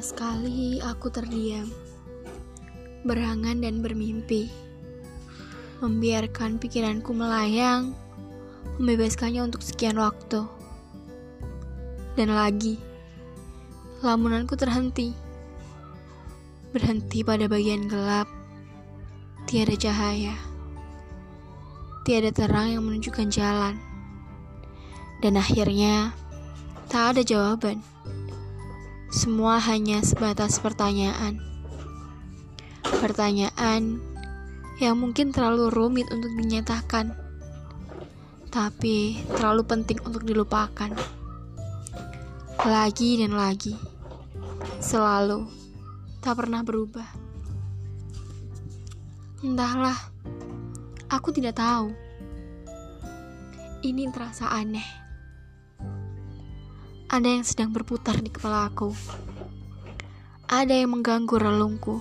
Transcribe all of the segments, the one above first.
Sesekali aku terdiam, berangan dan bermimpi, membiarkan pikiranku melayang, membebaskannya untuk sekian waktu. Dan lagi, lamunanku terhenti, berhenti pada bagian gelap, tiada cahaya, tiada terang yang menunjukkan jalan. Dan akhirnya, tak ada jawaban. Semua hanya sebatas pertanyaan. Pertanyaan yang mungkin terlalu rumit untuk dinyatakan, tapi terlalu penting untuk dilupakan. Lagi dan lagi, selalu, tak pernah berubah. Entahlah, aku tidak tahu. Ini terasa aneh. Ada yang sedang berputar di kepala aku. Ada yang mengganggu relungku.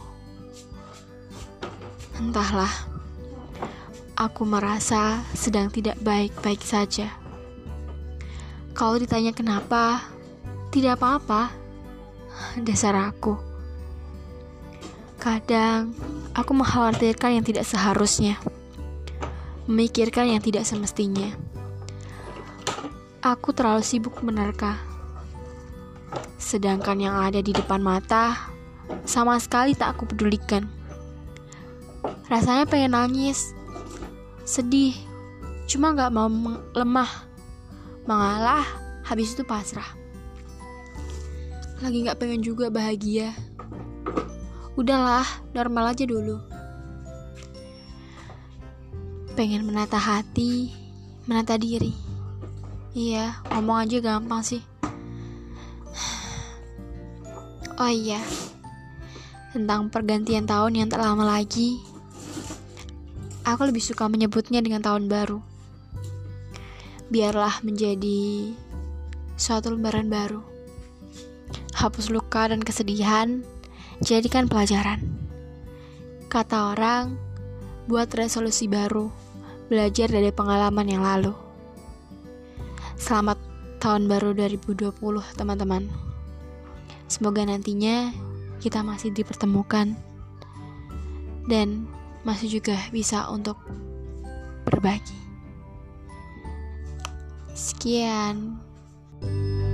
Entahlah, aku merasa sedang tidak baik-baik saja. Kalau ditanya kenapa, tidak apa-apa. Dasar aku. Kadang, aku mengkhawatirkan yang tidak seharusnya. Memikirkan yang tidak semestinya. Aku terlalu sibuk menerka. Sedangkan yang ada di depan mata sama sekali tak aku pedulikan. Rasanya pengen nangis, sedih, cuma gak mau lemah, mengalah, habis itu pasrah. Lagi gak pengen juga bahagia. Udahlah, normal aja dulu. Pengen menata hati, menata diri. Iya, ngomong aja gampang sih. Oh iya, tentang pergantian tahun yang tak lama lagi, aku lebih suka menyebutnya dengan tahun baru. Biarlah menjadi suatu lembaran baru. Hapus luka dan kesedihan, jadikan pelajaran. Kata orang, buat resolusi baru, belajar dari pengalaman yang lalu. Selamat tahun baru 2020, teman-teman. Semoga nantinya kita masih dipertemukan dan masih juga bisa untuk berbagi. Sekian.